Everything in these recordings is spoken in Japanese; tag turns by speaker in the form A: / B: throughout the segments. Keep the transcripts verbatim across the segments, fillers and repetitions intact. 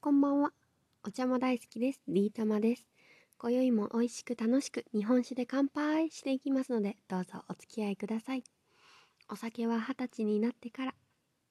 A: こんばんは。お茶も大好きです。リータマです。今宵も美味しく楽しく日本酒で乾杯していきますので、どうぞお付き合いください。お酒は二十歳になってから。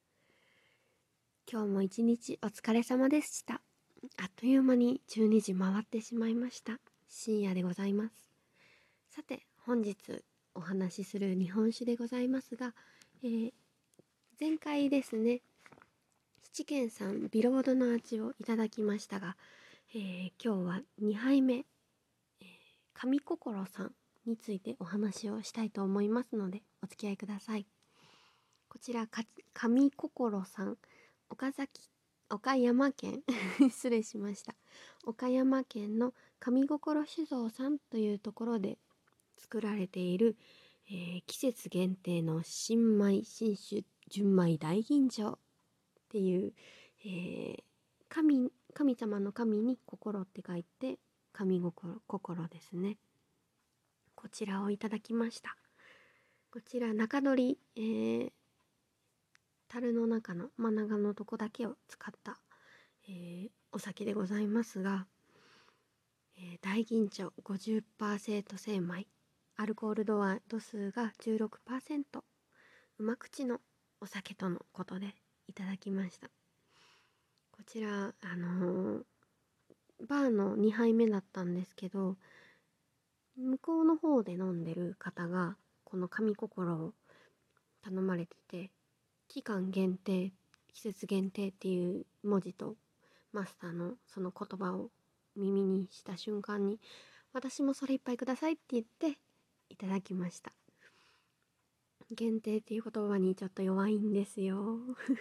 A: 今日も一日お疲れ様でした。あっという間にじゅうにじ回ってしまいました。深夜でございます。さて、本日お話しする日本酒でございますが、えー前回ですね、七軒さんビロードの味をいただきましたが、えー今日はにはいめ、えー、神心さんについてお話をしたいと思いますのでお付き合いください。こちらか神心さん、岡崎岡山県失礼しました岡山県の神心酒造さんというところで作られている、えー季節限定の新米新酒純米大吟醸っていう、えー神神様の神に心って書いて神心心ですね。こちらをいただきました。こちら中取り、えー、樽の中の真ん中のとこだけを使った、えーお酒でございますが、えー大吟醸 ごじゅっパーセント 精米、アルコール度は度数が じゅうろくパーセント、うま口のお酒とのことでいただきました。こちらあのーバーのにはいめだったんですけど、向こうの方で飲んでる方がこの神心を頼まれてて、期間限定、季節限定っていう文字とマスターのその言葉を耳にした瞬間に、私もそれいっぱいくださいって言っていただきました。限定っていう言葉にちょっと弱いんですよ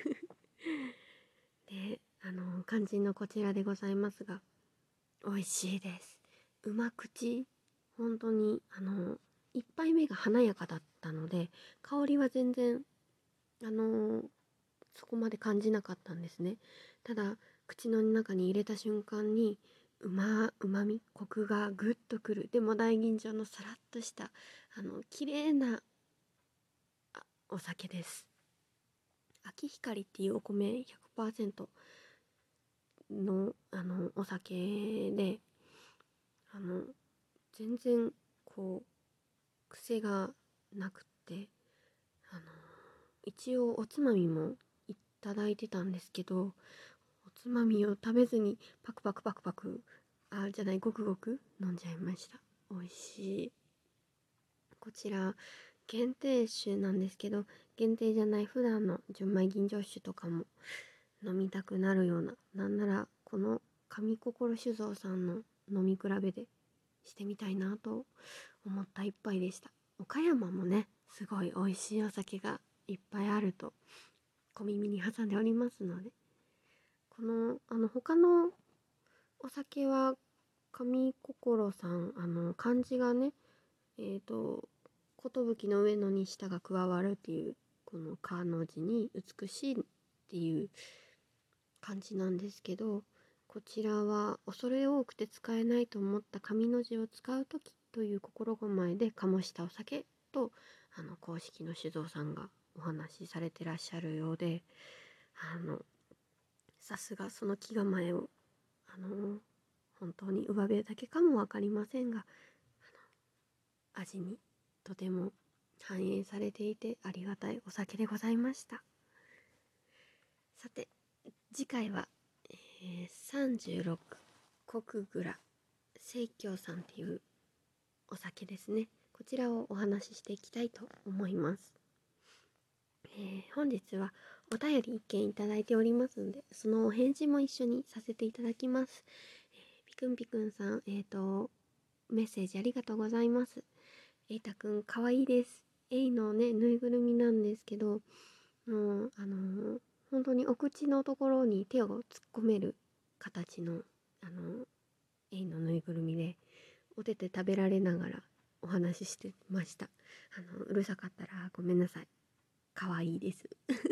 A: で、あの肝心のこちらでございますが、美味しいです。うま口、本当にあのいっぱいめが華やかだったので、香りは全然あのそこまで感じなかったんですね。ただ口の中に入れた瞬間にうまうまみコクがぐっとくる。でも大吟醸のさらっとしたあの綺麗なあお酒です。秋光っていうお米 ひゃくパーセント のあのお酒で、あの全然こう癖がなくって、あの一応おつまみもいただいてたんですけど、おつまみを食べずにパクパクパクパク、あじゃないごくごく飲んじゃいました。美味しい。こちら限定酒なんですけど、限定じゃない普段の純米吟醸酒とかも飲みたくなるような、なんならこの神心酒造さんの飲み比べでしてみたいなと思った一杯でした。岡山もね、すごい美味しいお酒がいっぱいあると小耳に挟んでおりますので、このあの他のお酒は神心さん、あの漢字がね、えっ、と寿の上のに下が加わるっていう、この「か」の字に美しいっていう漢字なんですけど、こちらは恐れ多くて使えないと思った神の字を使う時という心構えで醸したお酒と、あの公式の酒造さんがお話しされてらっしゃるようで、あのさすがその気構えを、あの本当に上辺だけかも分かりませんが、あの味にとても反映されていてありがたいお酒でございました。さて次回は、えー、さんじゅうろく国蔵清京さんっていうお酒ですね。こちらをお話ししていきたいと思います。えー本日はお便り一件いただいておりますので、そのお返事も一緒にさせていただきます。えーピクンピクンさん、えっ、とメッセージありがとうございます。えいたくんかわいいです。エイのねぬいぐるみなんですけど、もうあのー本当にお口のところに手を突っ込める形のあのエイのぬいぐるみで、お手で食べられながらお話ししてました。あのうるさかったらごめんなさい。かわいいです。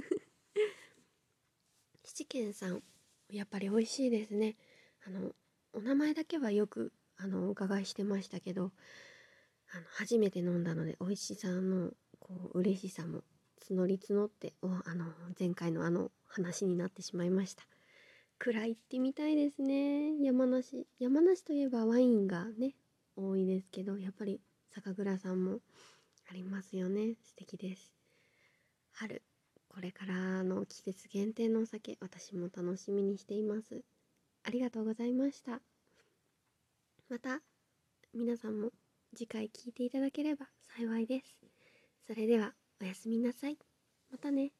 A: 七軒さん、やっぱり美味しいですね。あのお名前だけはよくあのお伺いしてましたけど、あの初めて飲んだので美味しさのこう嬉しさも募り募って、おあの前回のあの話になってしまいました。 蔵行ってみたいですね。山梨山梨といえばワインがね多いですけど、やっぱり酒蔵さんもありますよね。素敵です。春、これからの季節限定のお酒、私も楽しみにしています。ありがとうございました。また皆さんも次回聞いていただければ幸いです。それではおやすみなさい。またね。